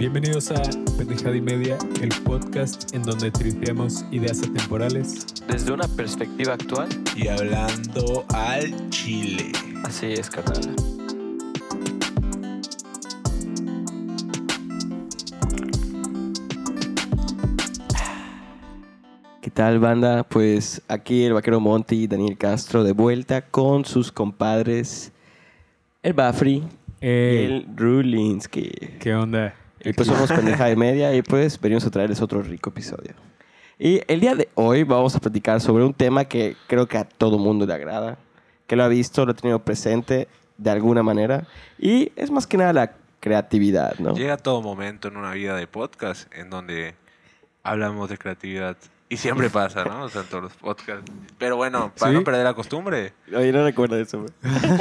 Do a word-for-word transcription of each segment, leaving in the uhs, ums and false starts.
Bienvenidos a Pendejada y Media, el podcast en donde tripeamos ideas atemporales desde una perspectiva actual y hablando al chile. Así es, carnal. ¿Qué tal, banda? Pues aquí el vaquero Monty y Daniel Castro de vuelta con sus compadres, el Bafri Ey, y el Rulinsky. ¿Qué onda? Y pues somos Pendejada y Media y pues venimos a traerles otro rico episodio. Y el día de hoy vamos a platicar sobre un tema que creo que a todo mundo le agrada, que lo ha visto, lo ha tenido presente de alguna manera, y es más que nada la creatividad, ¿no? Llega todo momento en una vida de podcast en donde hablamos de creatividad. Y siempre pasa, ¿no? O sea, en todos los podcasts. Pero bueno, para ¿Sí? no perder la costumbre. Oye, no recuerdo eso, güey.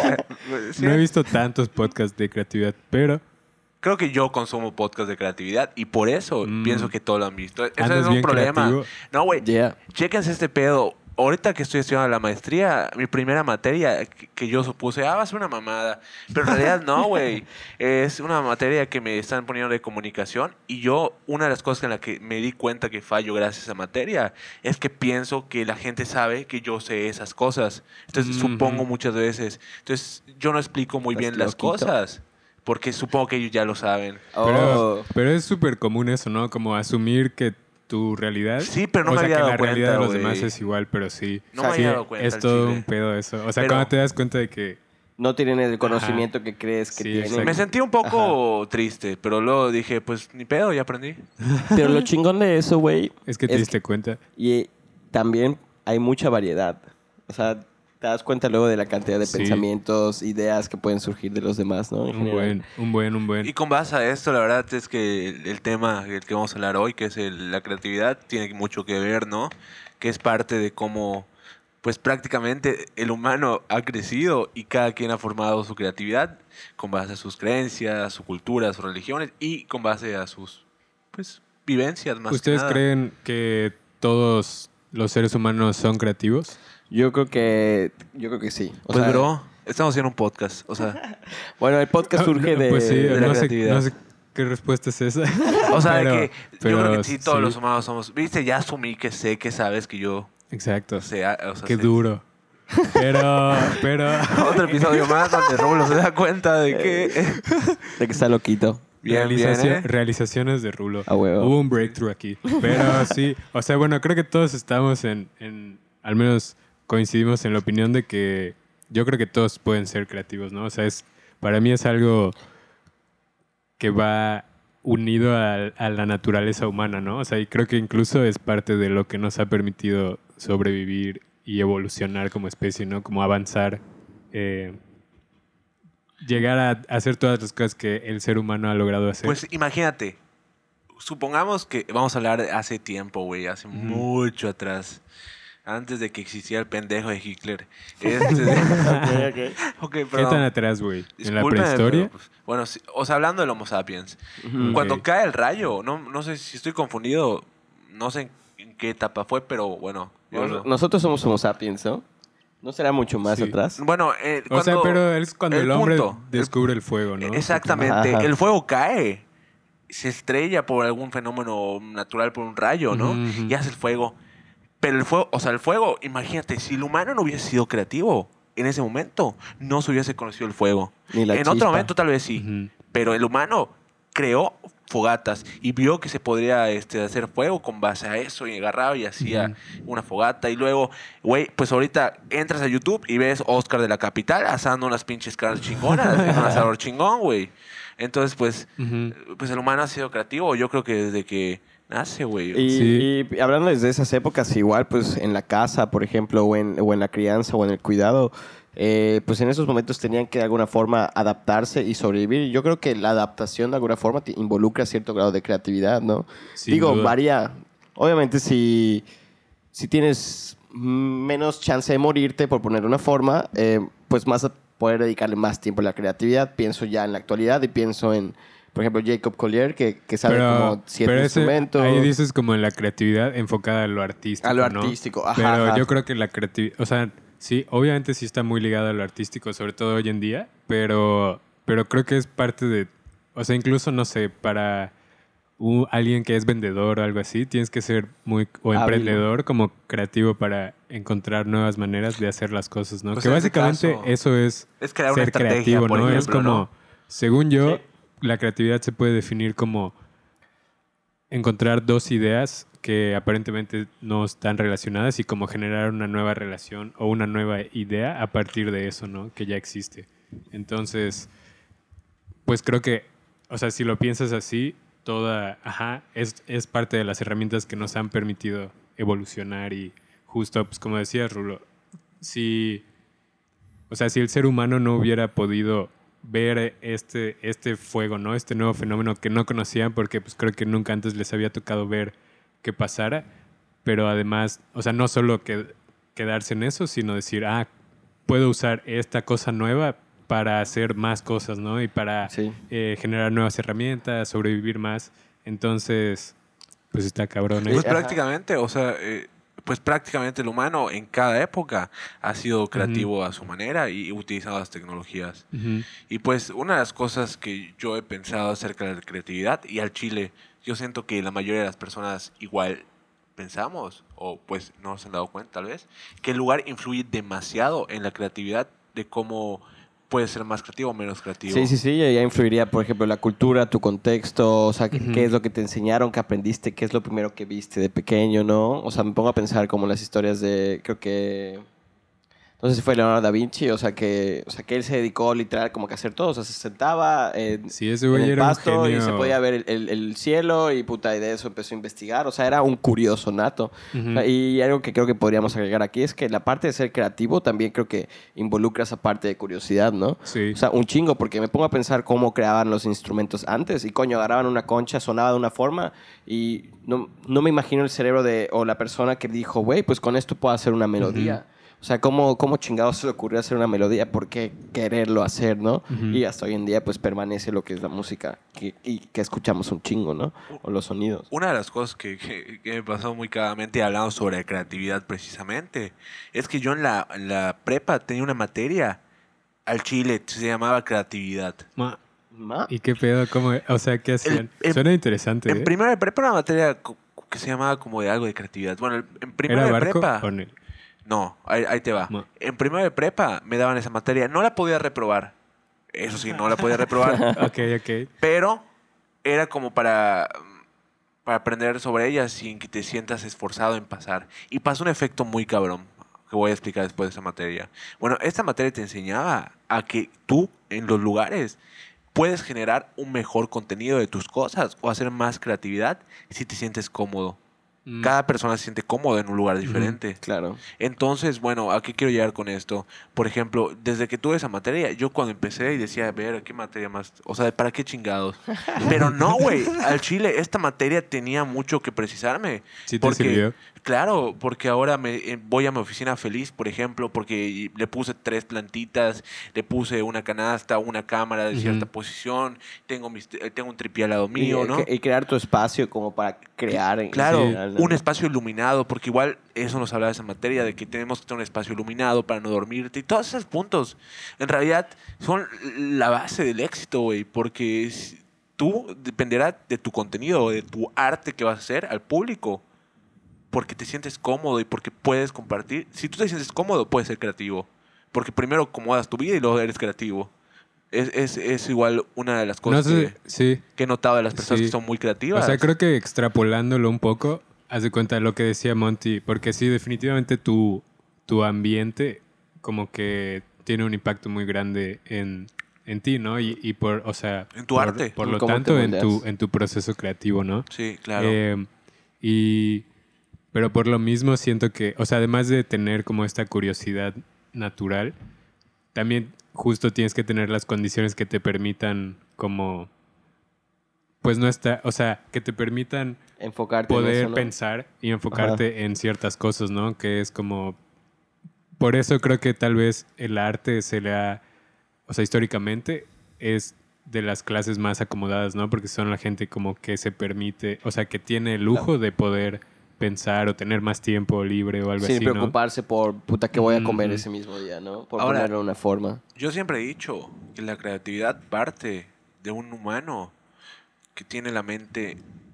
Sí, No he visto tantos podcasts de creatividad, pero creo que yo consumo podcast de creatividad y por eso Mm. pienso que todos lo han visto. Eso andas es un bien problema. creativo. No, güey. Yeah. Chéquense este pedo. Ahorita que estoy estudiando la maestría, mi primera materia que, que yo supuse, ah, va a ser una mamada. Pero en realidad no, güey. Es una materia que me están poniendo de comunicación. Y yo, una de las cosas en la que me di cuenta que fallo gracias a esa materia es que pienso que la gente sabe que yo sé esas cosas. Entonces, Ujú. supongo muchas veces. Entonces, yo no explico muy Estás bien las loquito. cosas. Porque supongo que ellos ya lo saben. Pero, Oh. pero es súper común eso, ¿no? Como asumir que tu realidad... Sí, pero no o me sea, había que dado la realidad cuenta, de los güey. demás es igual, pero sí. No sí, me había dado cuenta es al todo chile. un pedo eso. O sea, Pero- cuando te das cuenta de que... No tienen el conocimiento que crees que Sí, tienen. exacto. Me sentí un poco triste, pero luego dije, pues ni pedo, ya aprendí. Pero lo chingón de eso, güey, Es que te Es diste cuenta. y también hay mucha variedad. O sea, te das cuenta luego de la cantidad de Sí. pensamientos, ideas que pueden surgir de los demás, ¿no? En Un general. buen, un buen, un buen. Y con base a esto, la verdad es que el, el tema del que vamos a hablar hoy, que es el- la creatividad, tiene mucho que ver, ¿no? Que es parte de cómo, pues prácticamente el humano ha crecido y cada quien ha formado su creatividad con base a sus creencias, su cultura, sus religiones y con base a sus, pues, vivencias más que ¿Ustedes nada. creen que todos los seres humanos son creativos? Yo creo que, yo creo que sí. O Pues, sea, bro, estamos haciendo un podcast, o sea... Bueno, el podcast surge de... Pues sí, de la no, sé, creatividad. no sé qué respuesta es esa. O sea, Pero- de que yo pero creo que sí, todos sí. los humanos somos... Viste, ya asumí que sé que sabes que yo... Exacto. O sea, o sea, Qué sé- duro. Pero, pero... Otro episodio más donde Rulo se da cuenta de que... De que está loquito. Bien, bien, Realización- ¿eh? Realizaciones de Rulo. A huevo. Hubo un breakthrough aquí. Pero sí, o sea, bueno, creo que todos estamos en, en, al menos coincidimos en la opinión de que yo creo que todos pueden ser creativos, ¿no? O sea, es, para mí es algo que va unido a, a la naturaleza humana, ¿no? O sea, y creo que incluso es parte de lo que nos ha permitido sobrevivir y evolucionar como especie, ¿no? Como avanzar, eh, llegar a hacer todas las cosas que el ser humano ha logrado hacer. Pues imagínate, supongamos que vamos a hablar de hace tiempo, güey, hace mucho atrás, antes de que existiera el pendejo de Hitler. Este, ok, ¿Qué perdón. tan atrás, güey? ¿En la Discúlpeme, prehistoria? pero, pues, bueno, sí, o sea, hablando del Homo sapiens, Ujú. cuando Ok. cae el rayo, no, no sé si estoy confundido, no sé en qué etapa fue, pero bueno. yo Nos- lo- Nosotros somos Homo sapiens, ¿no? ¿No será mucho más Sí. atrás? Bueno, eh, O sea, cuando- pero es cuando el, el hombre punto, el- descubre el, fuego, ¿no? Exactamente. Ajá. El fuego cae. Se estrella por algún fenómeno natural, por un rayo, ¿no? Ujú, ujú. Y hace el fuego. Pero el fuego, o sea, el fuego, imagínate, si el humano no hubiese sido creativo en ese momento, no se hubiese conocido el fuego. Ni la en otro chispa. momento tal vez sí. Ujú. Pero el humano creó fogatas y vio que se podría este, hacer fuego con base a eso y agarraba y hacía una fogata y luego, güey, pues ahorita entras a YouTube y ves Oscar de la Capital asando unas pinches carnes chingonas, haciendo un asador chingón, güey. Entonces, pues, Ujú. pues el humano ha sido creativo, yo creo que desde que nace, güey. Y, Sí. y hablando desde esas épocas, igual, pues en la casa, por ejemplo, o en, o en la crianza o en el cuidado, eh, pues en esos momentos tenían que de alguna forma adaptarse y sobrevivir. Y yo creo que la adaptación de alguna forma te involucra cierto grado de creatividad, ¿no? Sin Digo, duda. varía. Obviamente, si, si tienes menos chance de morirte, por poner una forma, eh, pues más a poder dedicarle más tiempo a la creatividad. Pienso ya en la actualidad y pienso en, por ejemplo, Jacob Collier, que, que sabe como siete pero ese- instrumentos. ahí dices como en la creatividad enfocada a lo artístico, A lo ¿no? artístico, ajá, Pero ajá. yo creo que la creatividad, o sea, sí, obviamente sí está muy ligada a lo artístico, sobre todo hoy en día, pero, pero creo que es parte de, o sea, incluso, no sé, para u- alguien que es vendedor o algo así, tienes que ser muy, o Hábil. emprendedor como creativo para encontrar nuevas maneras de hacer las cosas, ¿no? Pues que en ese básicamente caso, eso es, es crear una ser estrategia, creativo, por ¿no? es ejemplo, como, ¿no? según yo, Sí. la creatividad se puede definir como encontrar dos ideas que aparentemente no están relacionadas y como generar una nueva relación o una nueva idea a partir de eso, ¿no? Que ya existe. Entonces, pues creo que, o sea, si lo piensas así, toda, ajá, es, es parte de las herramientas que nos han permitido evolucionar y justo, pues como decías, Rulo, si, o sea, si el ser humano no hubiera podido ver este, este fuego, ¿no? Este nuevo fenómeno que no conocían porque pues creo que nunca antes les había tocado ver que pasara, pero además, o sea, no solo que, quedarse en eso, sino decir, ah, puedo usar esta cosa nueva para hacer más cosas, ¿no? Y para Sí. eh, generar nuevas herramientas, sobrevivir más. Entonces, pues está cabrón, ¿eh? Pues Ajá. prácticamente, o sea, eh, pues prácticamente el humano en cada época ha sido creativo a su manera y utilizando las tecnologías. Ujú. Y pues una de las cosas que yo he pensado acerca de la creatividad y al Chile, yo siento que la mayoría de las personas igual pensamos, o pues no se han dado cuenta tal vez, que el lugar influye demasiado en la creatividad de cómo puede ser más creativo o menos creativo. Sí, sí, sí, ya ya influiría, por ejemplo, la cultura, tu contexto, o sea, qué- Ujú. qué es lo que te enseñaron, qué aprendiste, qué es lo primero que viste de pequeño, ¿no? O sea, me pongo a pensar como las historias de, creo que, no sé si fue Leonardo da Vinci, o sea, que, o sea, que él se dedicó literal como que a hacer todo, o sea, se sentaba en, Sí, ese en güey el era un pasto y se genio. podía ver el, el- el cielo y puta, y de eso empezó a investigar, o sea, era un curioso nato. Ujú. O sea, y algo que creo que podríamos agregar aquí es que la parte de ser creativo también creo que involucra esa parte de curiosidad, ¿no? Sí. O sea, un chingo, porque me pongo a pensar cómo creaban los instrumentos antes y coño, agarraban una concha, sonaba de una forma y no, no me imagino el cerebro de, o la persona que dijo, güey, pues con esto puedo hacer una melodía. O sea, ¿cómo, cómo chingados se le ocurrió hacer una melodía? ¿Por qué quererlo hacer, no? Ujú. Y hasta hoy en día pues permanece lo que es la música que, y que escuchamos un chingo, ¿no? O los sonidos. Una de las cosas que, que- que me pasó muy claramente hablando sobre creatividad precisamente es que yo en la, en la prepa tenía una materia al Chile, se llamaba creatividad. Ma- Ma- ¿Y qué pedo? ¿Cómo? O sea, ¿qué hacían? el- Suena interesante, En ¿eh? primero de prepa era una materia co- que se llamaba como de algo de creatividad. Bueno, en primero ¿Era de barco prepa... o no? No, ahí, ahí te va. Ma- En primero de prepa me daban esa materia. No la podía reprobar. Eso sí, no la podía reprobar. Ok, ok. Pero era como para, para aprender sobre ella sin que te sientas esforzado en pasar. Y pasó un efecto muy cabrón que voy a explicar después de esa materia. Bueno, esta materia te enseñaba a que tú en los lugares puedes generar un mejor contenido de tus cosas o hacer más creatividad si te sientes cómodo. Mm. Cada persona se siente cómodo en un lugar diferente. Claro. Entonces, bueno, ¿a qué quiero llegar con esto? Por ejemplo, desde que tuve esa materia, yo cuando empecé y decía, a ver, ¿qué materia más? O sea, ¿para qué chingados? Pero no, güey, al Chile esta materia tenía mucho que precisarme. ¿Sí te sirvió? Claro, porque ahora me, eh, voy a mi oficina feliz, por ejemplo, porque le puse tres plantitas, le puse una canasta, una cámara de cierta Ujú. posición, tengo, mis, eh, tengo un tripié al lado Y, mío, eh, ¿no? que- y crear tu espacio como para crear. en Claro, general, ¿no? un espacio iluminado, porque igual eso nos hablaba de esa materia, de que tenemos que tener un espacio iluminado para no dormirte y todos esos puntos. En realidad son la base del éxito, güey, porque si- tú dependerá de tu contenido, de tu arte que vas a hacer al público, porque te sientes cómodo y porque puedes compartir. Si tú te sientes cómodo, puedes ser creativo, porque primero acomodas tu vida y luego eres creativo. Es, es, es igual una de las No cosas sé, que, sí. que he notado de las personas Sí. que son muy creativas. O sea, creo que extrapolándolo un poco, haz de cuenta de lo que decía Monty, porque sí, definitivamente tu, tu ambiente como que tiene un impacto muy grande en, en ti, ¿no? Y, y por, o sea, En tu por, arte. por En lo cómo te tanto en tu, moldeas. en tu proceso creativo, ¿no? Sí, claro. Eh, y, pero por lo mismo siento que, o sea, además de tener como esta curiosidad natural, también justo tienes que tener las condiciones que te permitan como, pues no está, o sea, que te permitan Enfocarte en poder eso, ¿no? pensar y enfocarte en ciertas cosas, ¿no? Que es como, por eso creo que tal vez el arte se le ha, o sea, históricamente es de las clases más acomodadas, ¿no? Porque son la gente como que se permite, o sea, que tiene el lujo de poder pensar o tener más tiempo libre o algo Sin así, ¿no? preocuparse por, puta, ¿qué voy a comer Ujú. ese mismo día, no? Por Ahora- ponerlo de una forma. Yo siempre he dicho que la creatividad parte de un humano que tiene la mente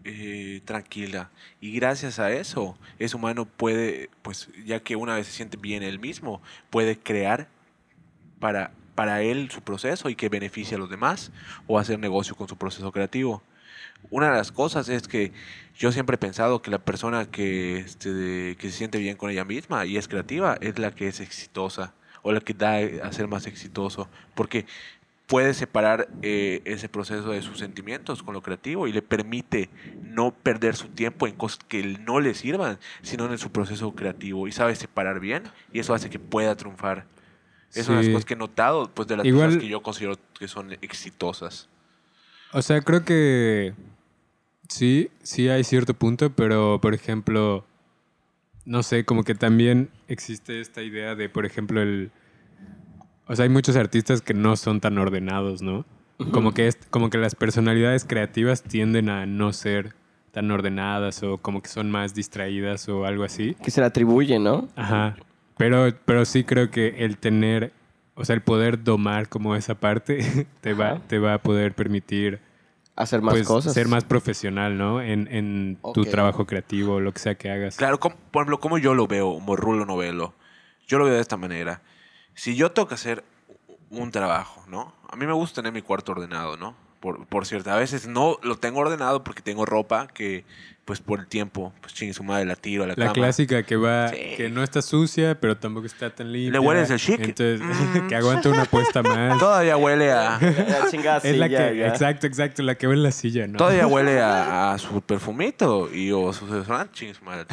eh, tranquila. Y gracias a eso, ese humano puede, pues ya que una vez se siente bien él mismo, puede crear para, para él su proceso y que beneficie a los demás o hacer negocio con su proceso creativo. Una de las cosas es que yo siempre he pensado que la persona que, este, que se siente bien con ella misma y es creativa es la que es exitosa o la que da a ser más exitoso, porque puede separar eh, ese proceso de sus sentimientos con lo creativo y le permite no perder su tiempo en cosas que no le sirvan, sino en su proceso creativo y sabe separar bien y eso hace que pueda triunfar. Es una de las Sí. cosas que he notado pues, de las Igual- personas que yo considero que son exitosas. O sea, creo que sí, sí hay cierto punto, pero por ejemplo, no sé, como que también existe esta idea de, por ejemplo, el... O sea, hay muchos artistas que no son tan ordenados, ¿no? Como que, es, como que las personalidades creativas tienden a no ser tan ordenadas o como que son más distraídas o algo así. Que se le atribuye, ¿no? Ajá. Pero, pero sí creo que el tener, o sea, el poder domar como esa parte te va, Ajá. te va a poder permitir Hacer más pues, cosas. ser más profesional, ¿no? En, en tu Ok. trabajo creativo, lo que sea que hagas. Claro, como- por ejemplo, como yo lo veo, Morrulo Novelo, yo lo veo de esta manera. Si yo tengo que hacer un trabajo, ¿no? A mí me gusta tener mi cuarto ordenado, ¿no? Por, por cierto, a veces no lo tengo ordenado porque tengo ropa que, pues por el tiempo, pues chingue su madre, la tiro a la, La cama. clásica que va, Sí. que no está sucia, pero tampoco está tan limpia. hueles el chic? Entonces, Mm. que aguanta una puesta más. Todavía huele a... Ya, chingada, es sí, la ya, que, ya. exacto, exacto, la que va en la silla, ¿no? Todavía huele a, a su perfumito y o su desodorante, chingue su madre.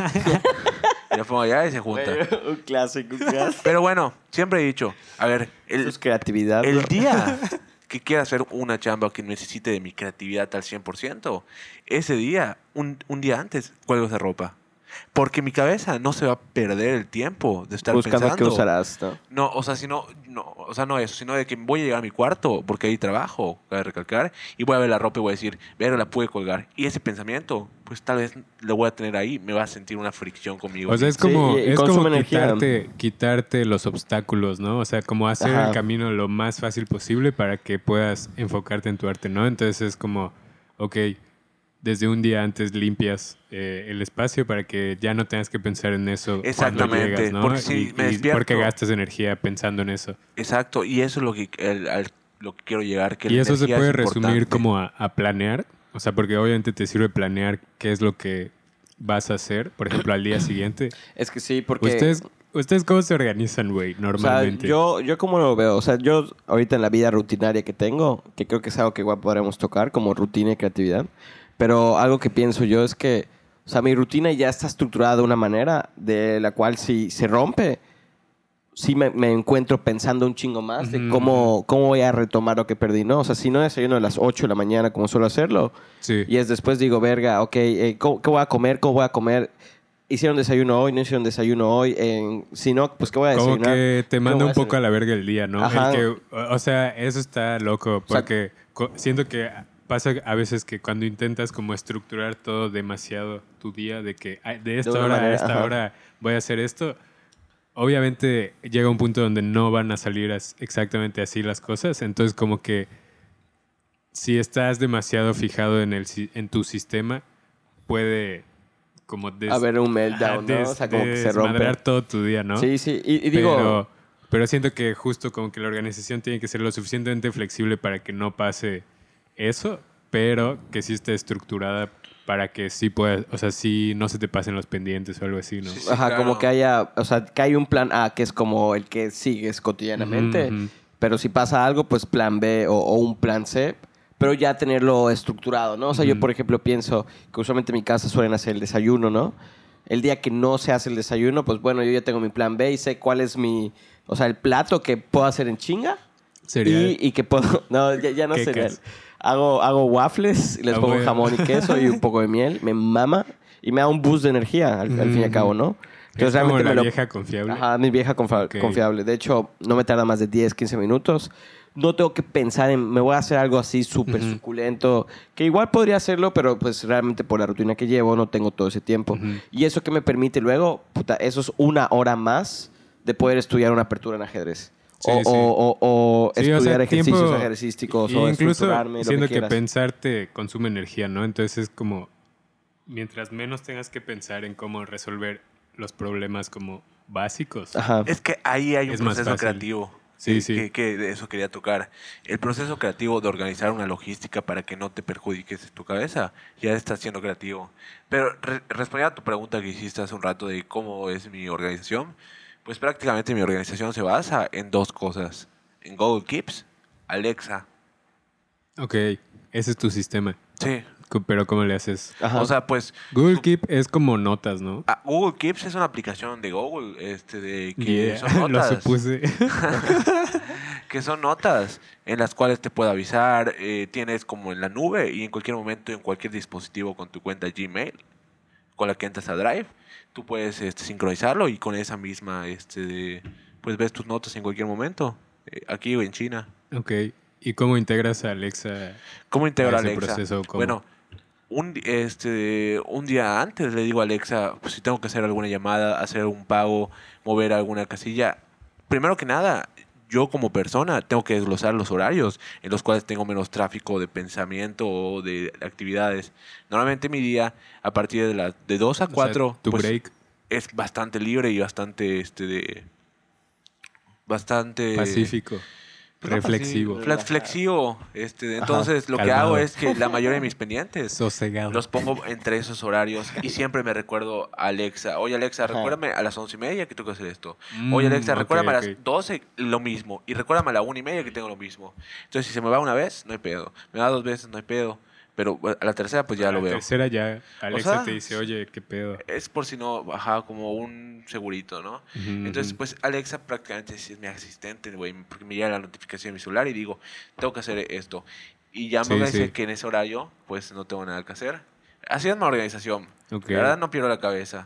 Y la pongo allá y se junta. un clásico, un clásico. Pero bueno, siempre he dicho, a ver, el, Eso es creatividad. El ¿no? día que quiera hacer una chamba que necesite de mi creatividad al cien por ciento, ese día, un, un día antes, cuelgo esa ropa. Porque mi cabeza no se va a perder el tiempo de estar Buscando pensando. qué usarás, ¿no? No, o sea, sino, no, o sea, no eso, sino de que voy a llegar a mi cuarto porque ahí trabajo, cabe recalcar, y voy a ver la ropa y voy a decir, verga, la pude colgar. Y ese pensamiento, pues tal vez lo voy a tener ahí, me va a sentir una fricción conmigo. O sea, es Sí, como, y- y es consume como energía. quitarte, quitarte los obstáculos, ¿no? O sea, como hacer Ajá. el camino lo más fácil posible para que puedas enfocarte en tu arte, ¿no? Entonces es como, ok, desde un día antes limpias eh, el espacio para que ya no tengas que pensar en eso cuando Exactamente, llegas, ¿no? porque si Y- me y despierto- porque gastas energía pensando en eso. Exacto, y eso es lo que, el- al- lo que quiero llegar. Que Y la eso se energía puede es resumir importante. como a, a planear, o sea, porque obviamente te sirve planear qué es lo que vas a hacer, por ejemplo, al día siguiente. Es que sí, porque... ¿Ustedes, ¿Ustedes cómo se organizan, güey, O sea, normalmente? yo, yo como lo veo, o sea, yo ahorita en la vida rutinaria que tengo, que creo que es algo que igual podremos tocar como rutina y creatividad, pero algo que pienso yo es que, o sea, mi rutina ya está estructurada de una manera de la cual si se rompe, sí me, me encuentro pensando un chingo más de Ujú, cómo, cómo voy a retomar lo que perdí, ¿no? O sea, si no desayuno a las ocho de la mañana como suelo hacerlo, Sí. y es después digo, verga, ok, eh, ¿cómo- ¿qué voy a comer? ¿Cómo voy a comer? ¿Hicieron desayuno hoy? ¿No hicieron desayuno hoy? En- si no, pues ¿qué voy a Como desayunar? que te ¿Qué manda voy un poco a hacer? la verga el día, ¿no? Ajá. El que, o o sea, eso está loco, sea, porque co- siento que pasa a veces que cuando intentas como estructurar todo demasiado tu día, de que "Ay, de esta una hora manera, a esta ajá. hora voy a hacer esto, obviamente llega un punto donde no van a salir as- exactamente así las cosas, entonces como que si estás demasiado fijado en, el, si- en tu sistema, puede como des- Haber un ajá, meltdown, ¿no? des- O sea, como que se desmadrar rompe. todo tu día, ¿no? Sí, sí. Y, y digo, pero, pero siento que justo como que la organización tiene que ser lo suficientemente flexible para que no pase eso, pero que sí esté estructurada para que sí pueda, o sea, sí no se te pasen los pendientes o algo así, ¿no? Sí, sí. ajá, claro. como que haya, o sea, que hay un plan A que es como el que sigues cotidianamente, Ujú, ujú. pero si pasa algo, pues plan B o, o un plan C, pero ya tenerlo estructurado, ¿no? O sea, yo, Ujú. por ejemplo, pienso que usualmente en mi casa suelen hacer el desayuno, ¿no? El día que no se hace el desayuno, pues bueno, yo ya tengo mi plan B y sé cuál es mi, o sea, el plato que puedo hacer en chinga. Sería Y, y que puedo, no, ya, ya no ¿Qué cereal. crees? Hago, hago waffles, y les Ah, pongo bueno. jamón y queso y un poco de miel, me mama y me da un boost de energía al, al fin y al cabo, ¿no? es como la me lo- vieja confiable. Ajá, mi vieja confa- Ok. confiable. De hecho, no me tarda más de diez, quince minutos. No tengo que pensar en, me voy a hacer algo así súper Ujú. suculento, que igual podría hacerlo, pero pues realmente por la rutina que llevo no tengo todo ese tiempo. Ujú. Y eso que me permite luego, puta, eso es una hora más de poder estudiar una apertura en ajedrez. Sí, o, sí. o, o, o Sí, o sea, estudiar ejercicios tiempo- ejercísticos Y o incluso estructurarme, lo siento que que, quieras. pensar te consume energía, ¿no? Entonces es como, mientras menos tengas que pensar en cómo resolver los problemas como básicos, Ajá. Es que ahí hay un Es más proceso fácil. creativo. Sí, que, sí. que- que de eso quería tocar. El proceso creativo de organizar una logística para que no te perjudiques tu cabeza ya está siendo creativo. Pero re- respondiendo a tu pregunta que hiciste hace un rato de cómo es mi organización, pues prácticamente mi organización se basa en dos cosas. En Google Keeps, Alexa. Ok, ese es tu sistema. Sí. Co- Pero ¿cómo le haces? Ajá. O sea, pues Google su- Keep es como notas, ¿no? ah, Google Keeps es una aplicación de Google este, de que Yeah, son lo notas. supuse. Que son notas en las cuales te puede avisar, eh, tienes como en la nube y en cualquier momento en cualquier dispositivo con tu cuenta Gmail, con la que entras a Drive, tú puedes este, sincronizarlo y con esa misma, este, de- pues ves tus notas en cualquier momento, eh, aquí o en China. Ok, ¿y cómo integras a Alexa? ¿Cómo integra A ese Alexa? proceso, ¿cómo? Bueno, un, di- este, un día antes le digo a Alexa, pues, si tengo que hacer alguna llamada, hacer un pago, mover alguna casilla. Primero que nada, yo como persona tengo que desglosar los horarios en los cuales tengo menos tráfico de pensamiento o de actividades. Normalmente mi día, a partir de las de dos a O sea, cuatro, tu pues, break es bastante libre y bastante, este, de, bastante... pacífico, pues, no reflexivo, pacífico, flex- flexivo. Este, entonces, lo que calmado. hago es que la mayoría de mis pendientes sosegado. los pongo entre esos horarios y siempre me recuerdo a Alexa. Oye, Alexa, Ajá. recuérdame a las once y media que tengo que hacer esto. Mm, Oye, Alexa, ok, recuérdame a ok. las doce lo mismo. Y recuérdame a la una y media que tengo lo mismo. Entonces, si se me va una vez, no hay pedo. Me va dos veces, no hay pedo. Pero bueno, a la tercera, pues ya A lo la veo. tercera ya Alexa sea, te dice, oye, ¿qué pedo? Es por si no, ajá, como un segurito, ¿no? Ujú, Entonces, ujú. pues Alexa prácticamente sí es mi asistente, güey, porque me llega la notificación de mi celular y digo, tengo que hacer esto. Y ya me Sí, organizé sí. que en ese horario, pues no tengo nada que hacer. Así es mi organización. Ok. La verdad no pierdo la cabeza.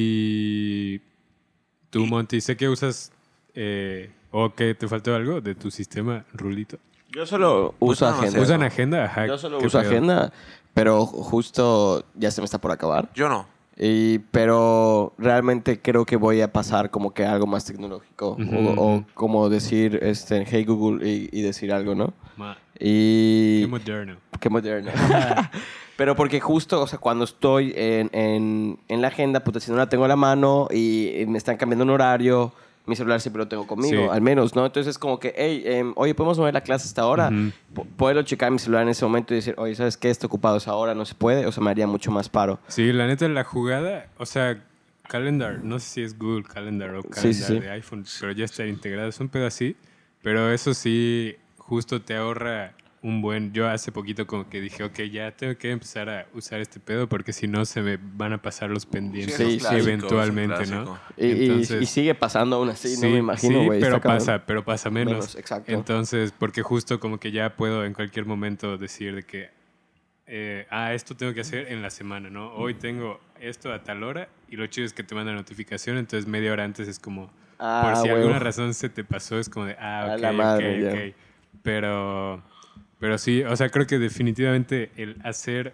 Y tú, Y- Monty, sé que usas, eh, o que te faltó algo de tu sistema, Rulito. Yo solo Pues uso no, o sea, agenda. ¿Usan agenda? Ajá. Yo solo ¿qué uso pedo? agenda, pero justo ya se me está por acabar. Yo no. Y, pero realmente creo que voy a pasar como que a algo más tecnológico. Ujú, o, o ujú. como decir, este, hey Google y, y decir algo, ¿no? Ma, Y... qué moderno. Qué moderno. Pero porque justo, o sea, cuando estoy en, en, en la agenda, puta, si no la tengo a la mano y me están cambiando un horario, mi celular siempre lo tengo conmigo, Sí. al menos, ¿no? Entonces es como que, hey, em, oye, ¿podemos mover la clase hasta ahora? Ujú. P- Poderlo checar mi celular en ese momento y decir, oye, ¿sabes qué? Está ocupado esa hora, no se puede. O sea, me haría mucho más paro. Sí, la neta, la jugada, o sea, Calendar, no sé si es Google Calendar o Calendar Sí, sí, sí. de iPhone, pero ya está integrado, es un pedo así, pero eso sí, justo te ahorra un buen... Yo hace poquito como que dije, ok, ya tengo que empezar a usar este pedo porque si no se me van a pasar los pendientes Sí, es un sí. clásico, eventualmente, es un ¿no? clásico. Y, y- Entonces- y sigue pasando aún así, no Sí, me imagino, sí, güey. pero está cabrón. pasa, pero pasa menos. Menos, exacto. Entonces, porque justo como que ya puedo en cualquier momento decir de que, eh, ah, esto tengo que hacer en la semana, ¿no? Hoy tengo esto a tal hora y lo chido es que te manda notificación, entonces media hora antes es como, Ah, por si huevo. alguna razón se te pasó, es como de, ah, A ok, la madre, ok, ya. ok. Pero, pero sí, o sea, creo que definitivamente el hacer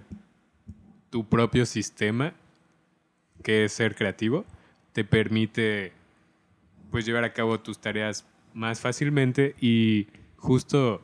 tu propio sistema, que es ser creativo, te permite pues llevar a cabo tus tareas más fácilmente y justo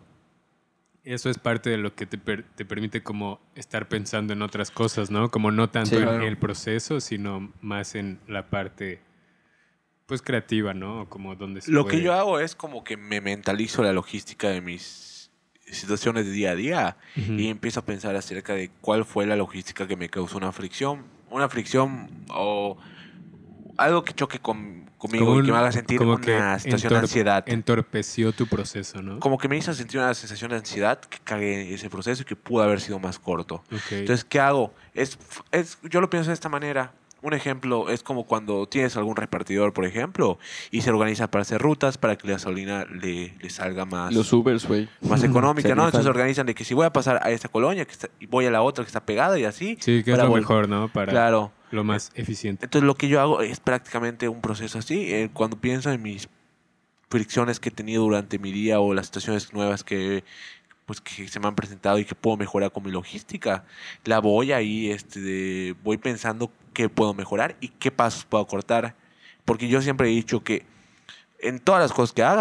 eso es parte de lo que te, per- te permite como estar pensando en otras cosas, ¿no? Como no tanto Sí. en Claro. el proceso, sino más en la parte pues creativa, ¿no? Como donde se Lo puede. que yo hago es como que me mentalizo la logística de mis situaciones de día a día Ujú. y empiezo a pensar acerca de cuál fue la logística que me causó una fricción, una fricción o algo que choque con, conmigo Como y que un- me haga sentir como una que situación de entor- ansiedad. entorpeció tu proceso, ¿no? Como que me hizo sentir una sensación de ansiedad que cagué ese proceso y que pudo haber sido más corto. Ok. Entonces, ¿qué hago? Es, es, yo lo pienso de esta manera. Un ejemplo es como cuando tienes algún repartidor, por ejemplo, y se organiza para hacer rutas para que la gasolina le, le salga más, Los Ubers, güey. más económica, Se ¿no? Entonces rifan. organizan de que si voy a pasar a esta colonia que está- y voy a la otra que está pegada y así. Sí, que es para lo vol- mejor, ¿no? Para Claro. lo más eficiente. Entonces lo que yo hago es prácticamente un proceso así. eh, cuando pienso en mis fricciones que he tenido durante mi día o las situaciones nuevas que pues que se me han presentado y que puedo mejorar con mi logística, la voy ahí, este, de- voy pensando qué puedo mejorar y qué pasos puedo cortar. Porque yo siempre he dicho que en todas las cosas que hagas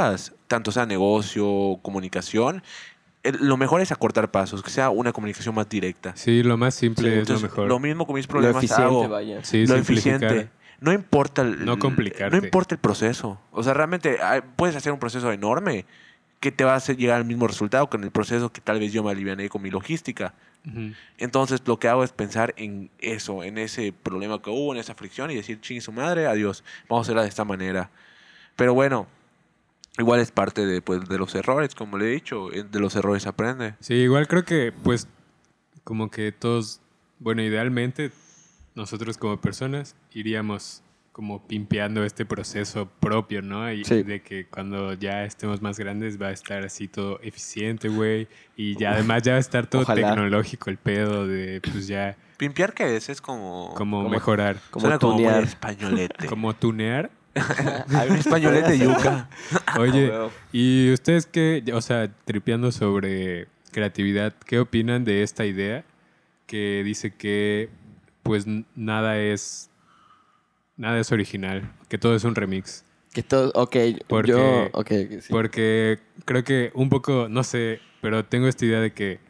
tanto sea negocio, comunicación, el- lo mejor es acortar pasos, que sea una comunicación más directa. Sí, lo más simple Sí, es entonces, lo mejor. lo mismo con mis Lo problemas eficiente, hago. vaya. Sí, lo simplificar. eficiente. No importa el, No complicarte. no importa el proceso. O sea, realmente hay- puedes hacer un proceso enorme que te va a hacer llegar al mismo resultado con el proceso que tal vez yo me aliviané con mi logística. Ujú. Entonces, lo que hago es pensar en eso, en ese problema que hubo, en esa fricción y decir, ching su madre, adiós, vamos a hacerla de esta manera. Pero bueno, igual es parte de, pues, de los errores, como le he dicho, eh, de los errores se aprende. Sí, igual creo que, pues, como que todos, bueno, idealmente, nosotros como personas iríamos como pimpeando este proceso propio, ¿no? Y Sí. de que cuando ya estemos más grandes va a estar así todo eficiente, güey. Y ya además ya va a estar todo Ojalá. tecnológico el pedo de, pues ya, ¿Pimpear qué es? Es como... como como- mejorar. Como suena como muy tunear. españolete. Como tunear. Un españolete yuca. Oye, huevo. ¿y ustedes qué, o sea, tripeando sobre creatividad, qué opinan de esta idea que dice que pues n- nada es nada es original, que todo es un remix? Que todo, ok, Porque- yo, ok, ok, sí. Porque creo que un poco, no sé, pero tengo esta idea de que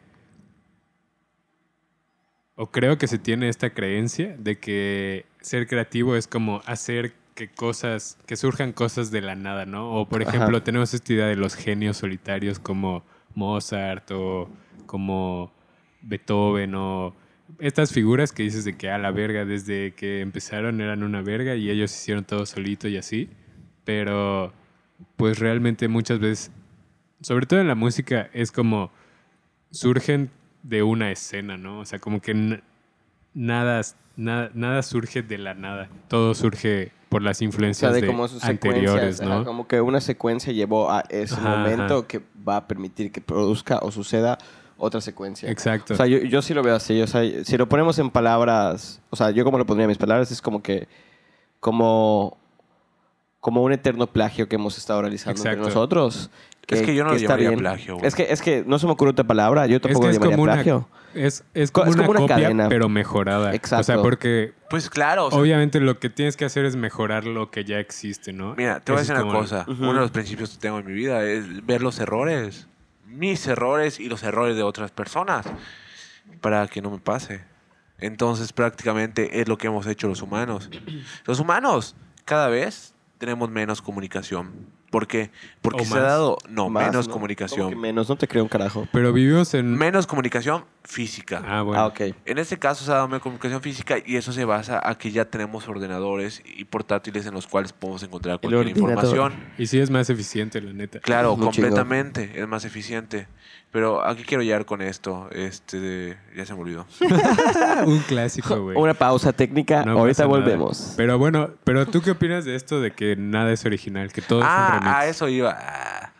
o creo que se tiene esta creencia de que ser creativo es como hacer que cosas, que surjan cosas de la nada, ¿no? O por Ajá. ejemplo, tenemos esta idea de los genios solitarios como Mozart o como Beethoven o estas figuras que dices de que a la verga, desde que empezaron eran una verga y ellos hicieron todo solito y así. Pero pues realmente muchas veces, sobre todo en la música, es como surgen de una escena, ¿no? O sea, como que n- nada, nada, nada surge de la nada. Todo surge por las O sea, influencias de de como sus anteriores, secuencias, ajá, ¿no? como que una secuencia llevó a ese Ajá, momento ajá. que va a permitir que produzca o suceda otra secuencia. Exacto. O sea, yo, yo sí lo veo así. O sea, si lo ponemos en palabras, o sea, yo como lo pondría en mis palabras, es como que, como, como un eterno plagio que hemos estado realizando entre Exacto. nosotros. Es que yo no lo está llamaría bien. plagio, güey. Es que, es que no se me ocurre otra palabra, yo es tampoco que lo es llamaría como una, plagio. es, es Co- como es una como una copia, cadena. pero mejorada. Exacto. O sea, porque Pues claro, o sea, obviamente lo que tienes que hacer es mejorar lo que ya existe, ¿no? mira, te voy a Ese decir es una como- cosa. Ujú. Uno de los principios que tengo en mi vida es ver los errores. Mis errores y los errores de otras personas. Para que no me pase. Entonces, prácticamente es lo que hemos hecho los humanos. Los humanos, cada vez tenemos menos comunicación. ¿Por qué? Porque O se ha más. dado, no, Más, menos ¿no? comunicación. ¿Cómo que menos, no te creo un carajo. Pero vivimos en... Menos comunicación física. Ah, bueno. Ah, ok. En este caso se ha dado menos comunicación física y eso se basa a que ya tenemos ordenadores y portátiles en los cuales podemos encontrar El cualquier ordenador. información. Y sí es más eficiente, la neta. Claro, Muy completamente, es más eficiente. Pero aquí quiero llegar con esto. Este, de- ya se me olvidó. Un clásico, güey. Una pausa técnica, No ahorita pasa nada. volvemos. Pero bueno, pero ¿tú qué opinas de esto de que nada es original, que todo es un Ah, remix? a eso iba. Ah.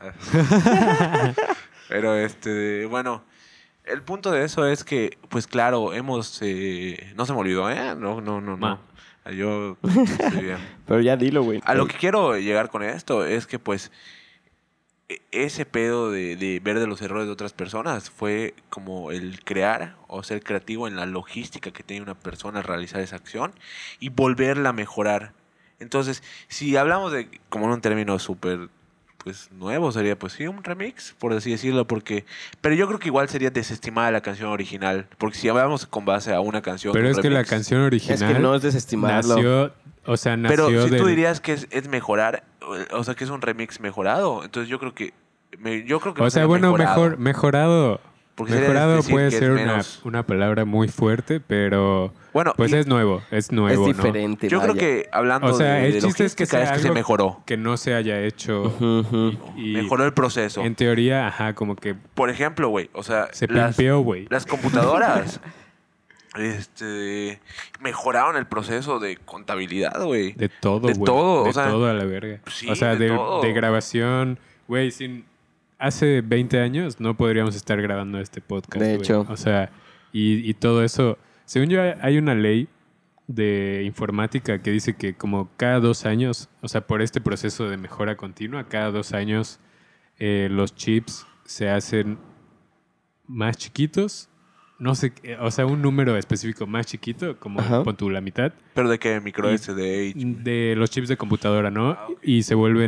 Pero este, bueno, el punto de eso es que, pues claro, hemos, eh, no se me olvidó, ¿eh? No, no, no, no. Yo estoy bien. Pero ya dilo, güey. A lo que quiero llegar con esto es que, pues, e- ese pedo de, de ver de los errores de otras personas fue como el crear o ser creativo en la logística que tiene una persona al realizar esa acción y volverla a mejorar. Entonces, si hablamos de, como en un término súper, pues, nuevo, sería, pues, sí, un remix, por así decirlo, porque... Pero yo creo que igual sería desestimada la canción original, porque si hablamos con base a una canción... Pero de es un que la remix, canción original Es que no es desestimarlo. nació, o sea, nació Pero si tú del- dirías que es, es mejorar, o sea, que es un remix mejorado, entonces yo creo que... me- yo creo que O no sea, sería bueno, mejorado, mejor, mejorado. porque sería Mejorado decir puede que es ser una, menos- una palabra muy fuerte, pero Bueno, pues y es nuevo, es nuevo, Es ¿no? diferente. yo creo vaya. que hablando O sea, de, el de chiste es que logística sea es que se algo mejoró. que no se haya hecho Ujú, ujú. y Mejoró el proceso. en teoría, ajá, como que Por ejemplo, güey, o sea, se las, pimpeó, güey. las computadoras este, mejoraron el proceso de contabilidad, güey. De todo, de güey. todo, De o sea, todo a la verga. sí, o sea, de de, todo. de grabación. Güey, sin... hace veinte años no podríamos estar grabando este podcast. De güey. hecho. O sea, y, y todo eso. Según yo, hay- hay una ley de informática que dice que como cada dos años, o sea, por este proceso de mejora continua, cada dos años eh, los chips se hacen más chiquitos. No sé, qué- o sea, un número específico más chiquito, como Ajá. pon tú la mitad, Pero de que micro Y- S D H. de los chips de computadora, ¿no? Y se vuelven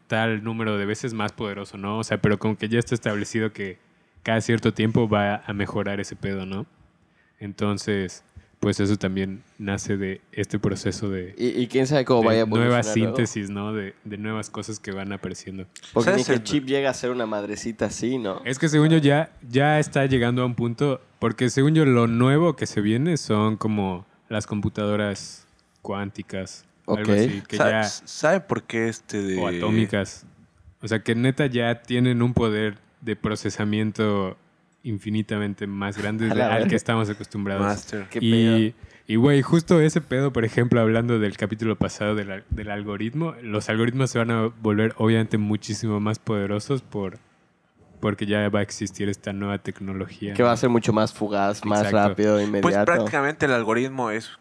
tal número de veces más poderoso, ¿no? O sea, pero como que ya está establecido que cada cierto tiempo va a mejorar ese pedo, ¿no? Entonces, pues eso también nace de este proceso de, Y, y quién sabe cómo de vaya a nueva evolucionar luego. síntesis, ¿no? De, de nuevas cosas que van apareciendo. Porque ni ¿Sabes que el el- chip llega a ser una madrecita así, ¿no? Es que según yo ya, ya está llegando a un punto, porque según yo lo nuevo que se viene son como las computadoras cuánticas, algo Ok. así, que Sa- ya, ¿Sabe por qué este de...? o atómicas. O sea, que neta ya tienen un poder de procesamiento infinitamente más grande A de- la al verga. que estamos acostumbrados. Master. Qué Y, y güey, justo ese pedo, por ejemplo, hablando del capítulo pasado del, al- del algoritmo, los algoritmos se van a volver obviamente muchísimo más poderosos por, porque ya va a existir esta nueva tecnología. Que va ¿no? a ser mucho más fugaz, más Exacto. rápido, inmediato. Pues prácticamente el algoritmo es...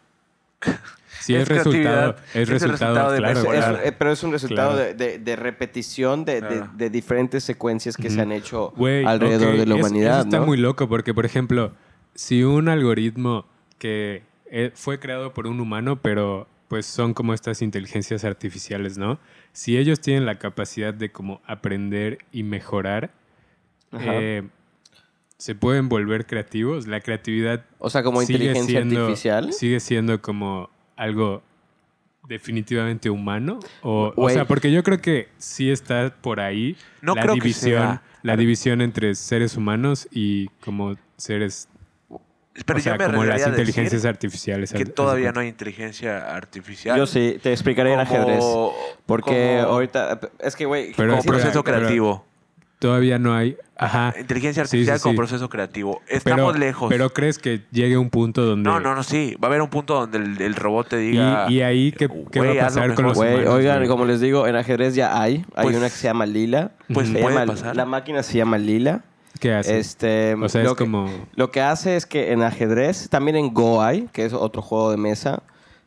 Sí, es, es resultado, creatividad, es es el resultado, resultado de claro, Es- es- mejorar. claro. eh, pero es un resultado Claro. de, de- de repetición de, de- Claro. de diferentes secuencias que se Ujú. han hecho Güey, alrededor ok, de la eso- humanidad, Eso está ¿no? muy loco porque, por ejemplo, si un algoritmo que eh, fue creado por un humano, pero pues son como estas inteligencias artificiales, ¿no? Si ellos tienen la capacidad de como aprender y mejorar, Ajá. eh, se pueden volver creativos. La creatividad O sea, como sigue inteligencia siendo- artificial. sigue siendo como algo definitivamente humano. O, o Güey. sea, porque yo creo que sí está por ahí No la creo que división, sea. la división entre seres humanos y como seres, Pero o sea, yo me como las arriesgaría a decir inteligencias artificiales. que haz- haz de todavía no cuenta. hay inteligencia artificial. Yo sí, te explicaré en Como- ajedrez. Porque como- ahorita... Es que, güey... Pero- Como sí, proceso pero- creativo. Todavía no hay. Ajá. Inteligencia Sí, sí, artificial como sí. proceso creativo. Estamos Pero, lejos. pero crees que llegue un punto donde. No, no, no, sí. Va a haber un punto donde el, el robot te diga... Y, y ahí, ¿qué, qué "Güey, va a hazlo pasar con los mejor". Güey, humanos? oigan, güey? como les digo, en ajedrez ya hay. Hay Pues- una que se llama Lila. Pues Se puede llama- pasar. La máquina se llama Lila. ¿Qué hace? Este, o sea, lo es que- como. Lo que hace es que en ajedrez, también en Go hay, que es otro juego de mesa,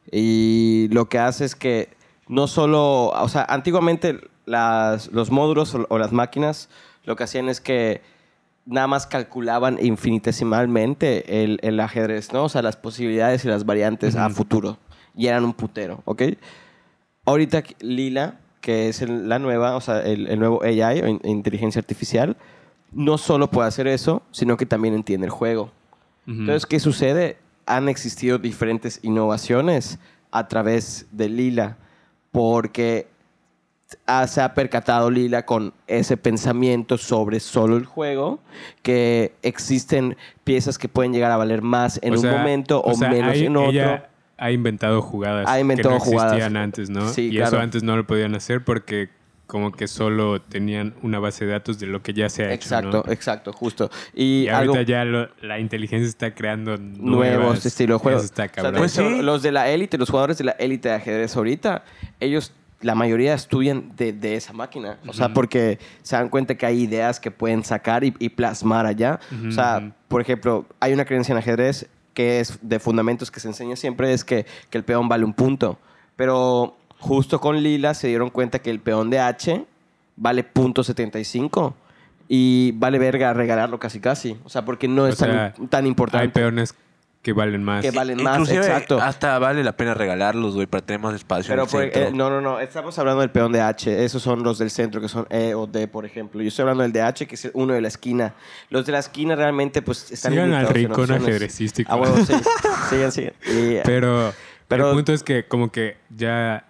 y lo que hace es que no solo, o sea, antiguamente las, los módulos o, o las máquinas lo que hacían es que nada más calculaban infinitesimalmente el, el ajedrez, ¿no? O sea, las posibilidades y las variantes a Ujú. futuro. Y eran un putero, ¿ok? Ahorita Lila, que es el- la nueva, o sea, el, el nuevo A I o in- inteligencia artificial, no solo puede hacer eso, sino que también entiende el juego. Ujú. Entonces, ¿qué sucede? Han existido diferentes innovaciones a través de Lila, porque ah, se ha percatado Lila con ese pensamiento sobre solo el juego, que existen piezas que pueden llegar a valer más en O un sea- momento o, sea, menos hay- en otro. ella ha inventado jugadas Ha inventado que no jugadas. existían antes, ¿no? Sí, y claro. eso antes no lo podían hacer porque como que solo tenían una base de datos de lo que ya se ha Exacto, hecho, ¿no? exacto, justo. Y, Y algo ahorita ya lo- la inteligencia está creando nuevas, nuevos estilos de juego. Eso está O sea, cabrón. de Pues hecho, sí. los de la élite, los jugadores de la élite de ajedrez ahorita, ellos, la mayoría estudian de, de esa máquina. O sea, Ujú. porque se dan cuenta que hay ideas que pueden sacar y, y plasmar allá. Ujú, O sea, ujú. por ejemplo, hay una creencia en ajedrez que es de fundamentos que se enseña siempre, es que, que el peón vale un punto. Pero justo con Lila se dieron cuenta que el peón de H vale punto setenta y cinco y vale verga regalarlo casi casi. O sea, porque no O es sea, tan, tan importante. Hay peones que valen más. Que valen más, Inclusive exacto. hasta vale la pena regalarlos, güey, para tener más espacio Pero en el por- centro. eh, no, no, no. Estamos hablando del peón de H. Esos son los del centro, que son E o D, por ejemplo. Yo estoy hablando del de H, que es uno de la esquina. Los de la esquina realmente, pues, están Sigan al limitados en rincón opciones. ajedrecístico. Ah, bueno, sí. Sigan, sigan. Y, Pero, Pero- el punto es que como que ya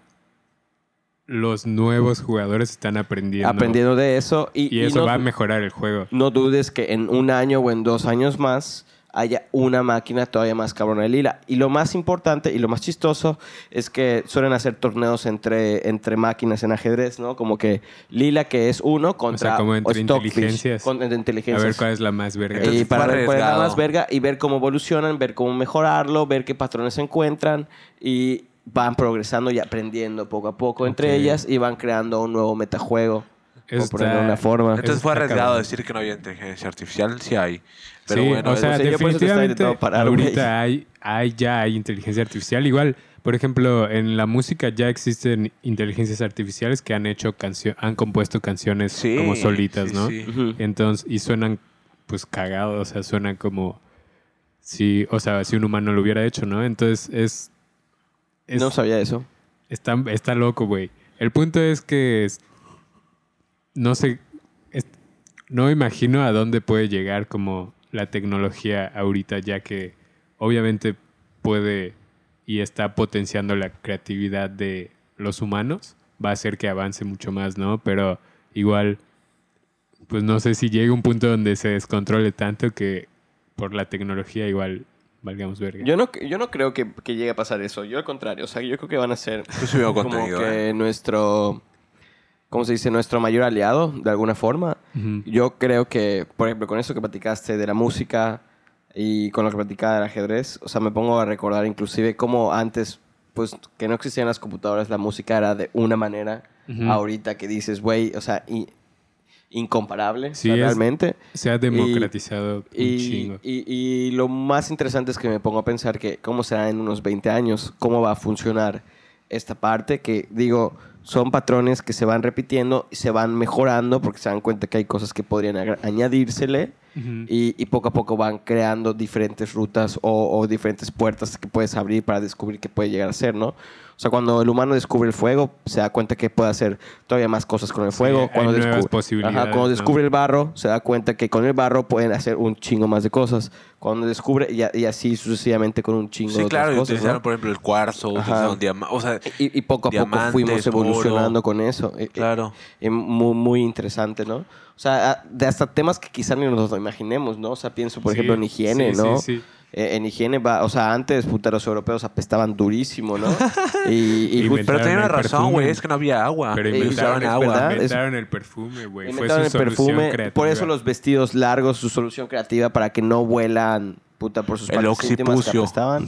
los nuevos jugadores están aprendiendo. aprendiendo de eso. Y, Y y eso no, va a mejorar el juego. no dudes que en un año o en dos años más haya una máquina todavía más cabrona de Lila. Y lo más importante y lo más chistoso es que suelen hacer torneos entre, entre máquinas en ajedrez, ¿no? Como que Lila, que es uno, contra como entre Stockfish, inteligencias. con- entre A inteligencias. ver cuál es la más verga. Entonces, Y para fue ver cuál es la arriesgado. más verga y ver cómo evolucionan, ver cómo mejorarlo, ver qué patrones se encuentran y van progresando y aprendiendo poco a poco entre Ok. ellas y van creando un nuevo metajuego. Eso por ponerlo está- de una forma. Eso Entonces fue está arriesgado cabrón. decir que no había inteligencia artificial. Sí hay. Pero sí, bueno, o sea, o sea, yo por eso te estaba definitivamente intentando parar, güey. ahorita hay, hay, ya hay inteligencia artificial. Igual, por ejemplo, en la música ya existen inteligencias artificiales que han hecho cancio han compuesto canciones sí, como solitas, sí, ¿no? sí. Ujú. Entonces, y suenan pues cagados, o sea, suenan como si, o sea, si un humano lo hubiera hecho, ¿no? Entonces es, es No sabía eso. está, está loco, güey. El punto es que es- no sé, es- no me imagino a dónde puede llegar como la tecnología ahorita, ya que obviamente puede y está potenciando la creatividad de los humanos. Va a hacer que avance mucho más, ¿no? Pero igual, pues no sé si llegue un punto donde se descontrole tanto que por la tecnología igual valgamos verga. Yo no, yo no creo que, que llegue a pasar eso. Yo al contrario. O sea, yo creo que van a ser Yo sí veo como contenido, que ¿eh? nuestro... ¿Cómo se dice? Nuestro mayor aliado, de alguna forma. Ujú. Yo creo que, por ejemplo, con eso que platicaste de la música y con lo que platicaba del ajedrez, o sea, me pongo a recordar inclusive cómo antes, pues, que no existían las computadoras, la música era de una manera. Ujú. Ahorita que dices, güey, o sea, i- incomparable, Sí, o sea, es- realmente. Se ha democratizado un Y, chingo. y- y lo más interesante es que me pongo a pensar que cómo será en unos veinte años, cómo va a funcionar esta parte, que digo, son patrones que se van repitiendo y se van mejorando porque se dan cuenta que hay cosas que podrían agra- añadírsele Ujú. y, y poco a poco van creando diferentes rutas o, o diferentes puertas que puedes abrir para descubrir qué puede llegar a ser, ¿no? O sea, cuando el humano descubre el fuego, se da cuenta que puede hacer todavía más cosas con el Sí, fuego. hay cuando nuevas descu- posibilidades, Ajá, cuando ¿no? descubre el barro, se da cuenta que con el barro pueden hacer un chingo más de cosas. Cuando descubre, y, a- y así sucesivamente con un chingo de Sí, otras claro, y cosas, utilizaron, ¿no? por ejemplo, el cuarzo, Ajá. utilizaron diamantes, o sea, Y, y poco a poco diamantes, fuimos evolucionando oro. con eso. Eh, eh, Claro. eh, muy, muy interesante, ¿no? O sea, a- de hasta temas que quizás ni nos lo imaginemos, ¿no? O sea, pienso, por Sí, ejemplo, en higiene, sí, ¿no? sí, sí. Eh, en higiene va, o sea, antes, puta, los europeos apestaban durísimo, ¿no? y, y Inventaron justo- Pero tenía una el razón, perfume. güey, es que no había agua. Pero Eh, inventaron, usaban el, agua. ¿verdad? inventaron el perfume, güey. Fue inventaron su el solución perfume, creativa. por eso los vestidos largos, su solución creativa para que no vuelan, puta, por sus El partes íntimas que occipucio. apestaban.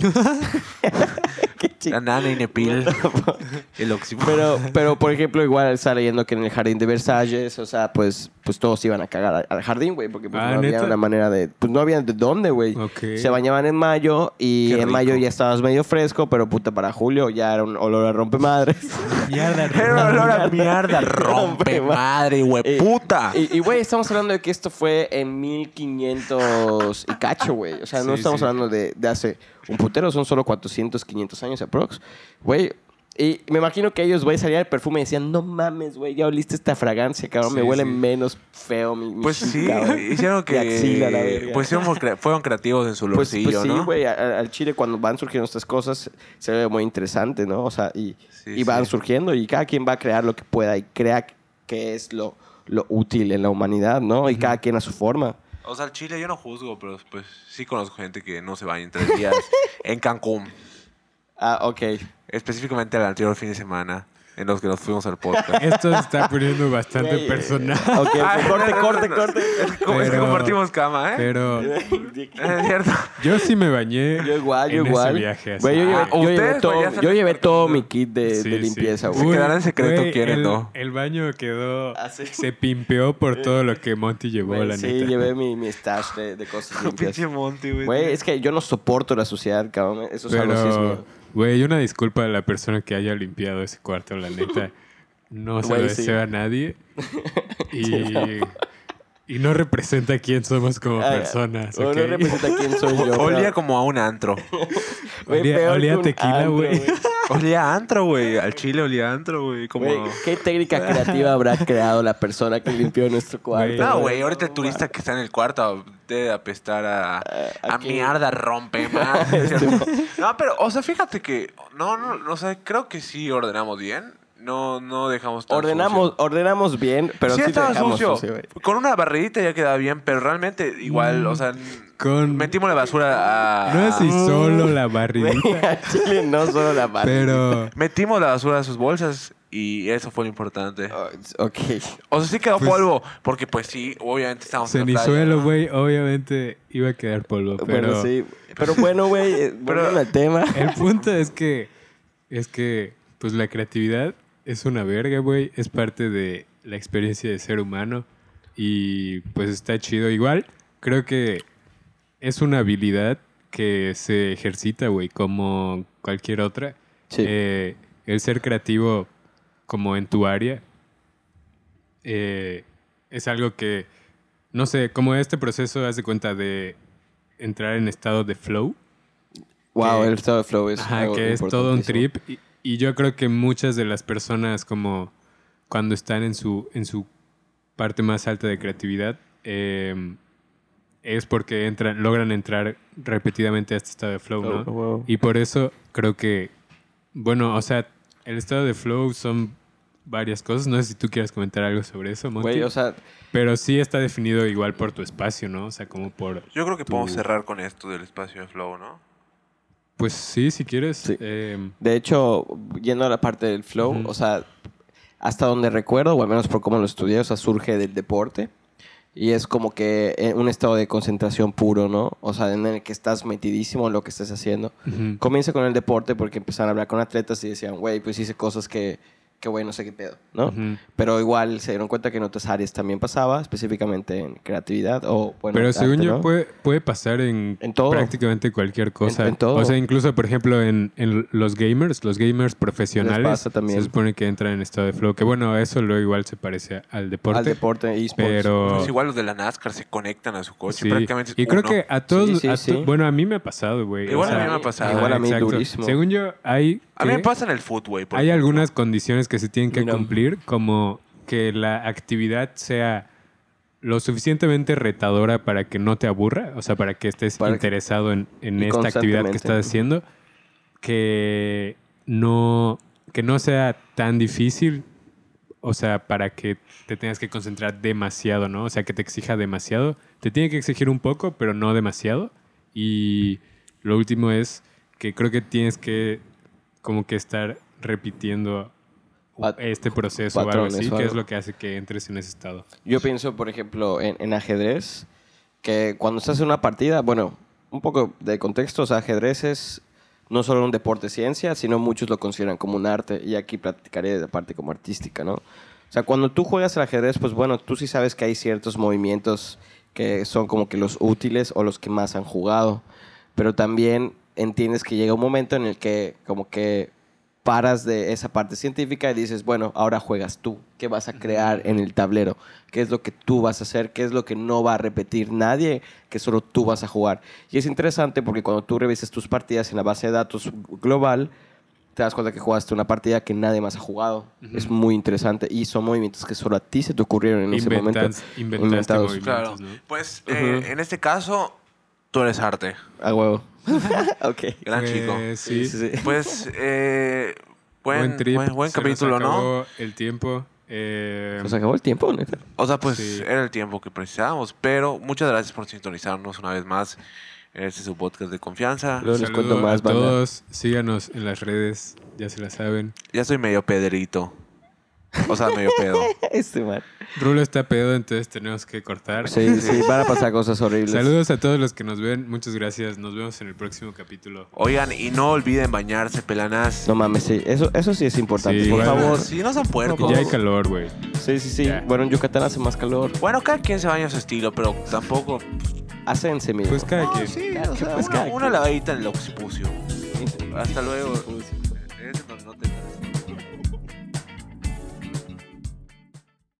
Qué chi- La nana y Nepil. El oxígeno. Pero, pero, por ejemplo, igual está leyendo que en el jardín de Versalles, o sea, pues, pues todos iban a cagar al- al jardín, güey, porque pues, Ah, no había ¿neta? una manera de... Pues no había de dónde, güey. Ok. Se bañaban en mayo y Qué en mayo rico. ya estabas medio fresco, pero puta, para julio ya era un olor a rompemadres. Mierda, Era un olor a mierda, rompe madre, güey, Eh, puta. Y, y, güey, estamos hablando de que esto fue en mil quinientos y cacho, güey. O sea, no Sí, estamos sí. hablando de, de hace un putero, son solo cuatrocientos, quinientos años aprox. Güey, y me imagino que ellos, güey, salían el perfume y decían, no mames, güey, ya oliste esta fragancia, cabrón, me Sí, huele sí. menos feo mi, mi Pues shit, sí, cabrón". hicieron De axila, la que. verga. Pues fueron, cre- fueron creativos en su Pues, olorcillo, pues sí, ¿no? güey, a- a- al chile cuando van surgiendo estas cosas se ve muy interesante, ¿no? O sea, y, Sí, y van sí. surgiendo y cada quien va a crear lo que pueda y crea que es lo, lo útil en la humanidad, ¿no? Y cada quien a su forma. O sea, el Chile yo no juzgo, pero pues sí conozco gente que no se baña en tres días en Cancún. Ah, ok. Específicamente el anterior fin de semana en los que nos fuimos al podcast. Esto se está poniendo bastante Güey, personal. Ok, ok, Ay, corte, no, no, corte, no, no. corte. Es que, como- es que Pero- compartimos cama, ¿eh? Pero Es cierto. yo sí me bañé. Yo igual, yo en igual. Ese viaje, así. Güey, yo llevé, Ah, yo llevé ustedes, todo, güey, ya se yo les llevé compartió todo todo. mi kit de, Sí, de sí. limpieza, Se güey. quedará en secreto, güey, quieren, el, ¿no? el baño quedó... Ah, sí. Se pimpeó por todo lo que Monty llevó, Güey, la sí, neta. llevé mi, mi stash de, de cosas limpias. Pinche Monty, güey. Güey, es que yo no soporto la suciedad, cabrón. Eso es algo sí es Pero, mío. güey, una disculpa a la persona que haya limpiado ese cuarto, la neta. No se Güey, lo sí. deseo a nadie. Y, Sí, no. y no representa quién somos como Ah, personas, o ¿ok? no representa quién soy yo. Olía pero- como a un antro. Güey, olía- peor olía que un tequila, antro, güey. Olía a antro, güey. Al Chile olía a antro, güey. Como... Güey, ¿qué técnica creativa habrá creado la persona que limpió nuestro cuarto? Güey. No, güey, ahorita el turista que está en el cuarto debe apestar a, ¿a a quién? mierda, rompe más. Este mo- No, pero, o sea, fíjate que, no, no, o sea, creo que sí ordenamos bien. No, no dejamos tan Ordenamos, sucio. ordenamos bien, pero sí, sí te estaba dejamos sucio. sucio, güey. Con una barridita ya quedaba bien, pero realmente igual, o sea, Con- metimos la basura a... No es si solo la Güey, barridita, al chile no solo la mano. pero... Metimos la basura a sus bolsas y eso fue lo importante. Oh, ok. O sea, sí quedó Pues- polvo, porque pues sí, obviamente estábamos en la playa, Cenizuelo, ¿no? güey, obviamente iba a quedar polvo, pero... Bueno, sí. Pero bueno, güey, eh, volviendo al tema. El punto es que, es que, pues la creatividad es una verga, güey. Es parte de la experiencia de ser humano. Y pues está chido. Igual, creo que es una habilidad que se ejercita, güey, como cualquier otra. Sí. Eh, el ser creativo como en tu área eh, es algo que, no sé, como este proceso, haz de cuenta de entrar en estado de flow. Wow, que- el estado de flow es Ajá, algo que es todo un importantísimo. trip. Y, y yo creo que muchas de las personas como cuando están en su, en su parte más alta de creatividad, eh, es porque entran, logran entrar repetidamente a este estado de flow, ¿no? Oh, wow. Y por eso creo que, bueno, o sea, el estado de flow son varias cosas. No sé si tú quieres comentar algo sobre eso, Monty. Güey, o sea, Pero sí está definido igual por tu espacio, ¿no? O sea, como por... Yo creo que tu- podemos cerrar con esto del espacio de flow, ¿no? Pues sí, si quieres. Sí. eh, de hecho, yendo a la parte del flow, Ujú. o sea, hasta donde recuerdo, o al menos por cómo lo estudié, o sea, surge del deporte. Y es como que eh, un estado de concentración puro, ¿no? O sea, en el que estás metidísimo en lo que estás haciendo. ujú. Comienza con el deporte porque empezaron a hablar con atletas y decían, güey, pues hice cosas que, que güey, no sé qué pedo, ¿no? Ujú. Pero igual se dieron cuenta que en otras áreas también pasaba, específicamente en creatividad o, bueno, Pero arte, según yo ¿no? puede, puede pasar en, En todo. prácticamente cualquier cosa. En- en todo. O sea, incluso, por ejemplo, en, en los gamers, los gamers profesionales, Les pasa también. se supone que entran en estado de flow. Que bueno, eso lo igual se parece al deporte. Al deporte, esports. Pero... Pues igual los de la NASCAR se conectan a su coche. Sí. Prácticamente es Y creo uno. que a todos, Sí, sí, a sí. to- bueno, a mí me ha pasado, güey. Igual O sea, a mí me ha pasado. Igual a mí exacto. durísimo. Según yo, hay... A mí me ¿qué? pasa en el fútbol. por Hay ejemplo. algunas condiciones que se tienen que Mira. cumplir, como que la actividad sea lo suficientemente retadora para que no te aburra, o sea, para que estés Para que- interesado en, en y esta actividad que constantemente. estás haciendo, que no, que no sea tan difícil, o sea, para que te tengas que concentrar demasiado, ¿no? O sea, que te exija demasiado. Te tiene que exigir un poco, pero no demasiado. Y lo último es que creo que tienes que como que estar repitiendo Pat- este proceso o algo patrones así, o que es algo. lo que hace que entres en ese estado. Yo pienso, por ejemplo, en, en ajedrez, que cuando estás en una partida, bueno, un poco de contexto, o sea, ajedrez es no solo un deporte ciencia, sino muchos lo consideran como un arte, y aquí platicaré de la parte como artística, ¿no? O sea, cuando tú juegas al ajedrez, pues bueno, tú sí sabes que hay ciertos movimientos que son como que los útiles o los que más han jugado, pero también entiendes que llega un momento en el que como que paras de esa parte científica y dices, bueno, ahora juegas tú. ¿Qué vas a crear en el tablero? ¿Qué es lo que tú vas a hacer? ¿Qué es lo que no va a repetir nadie? Que solo tú vas a jugar. Y es interesante porque cuando tú revisas tus partidas en la base de datos global, te das cuenta que jugaste una partida que nadie más ha jugado. Ujú. Es muy interesante y son movimientos que solo a ti se te ocurrieron en ese momento. Inventas- inventaste Inventados. movimientos, Claro. ¿no? Pues eh, en este caso, tú eres arte. A huevo. ok. Gran Pues, chico. Sí, Sí, sí, sí. Pues, eh, buen, buen trip. buen, buen Se nos capítulo, ¿no? acabó el tiempo. Eh, ¿Nos acabó el tiempo, neta? O sea, pues Sí. era el tiempo que precisábamos, pero muchas gracias por sintonizarnos una vez más. Este es su podcast de confianza. Luego les saludo cuento más, a banda. todos. Síganos en las redes, ya se la saben. Ya soy medio pedrito. O sea, medio pedo. Este man. Rulo está pedo, entonces tenemos que cortar. Sí, sí, van a pasar cosas horribles. Saludos a todos los que nos ven. Muchas gracias. Nos vemos en el próximo capítulo. Oigan, y no olviden bañarse, pelanas. No mames, sí. Eso, eso sí es importante. Sí, Por bueno. favor. Si no son puercos. Ya hay calor, güey. Sí, sí, sí. Ya. Bueno, en Yucatán hace más calor. Bueno, cada quien se baña a su estilo, pero tampoco. Hácense, mira. Pues cada No, quien. sí, Claro, o sea, pues una, cada una quien. lavadita en el occipucio. Hasta luego. Pues,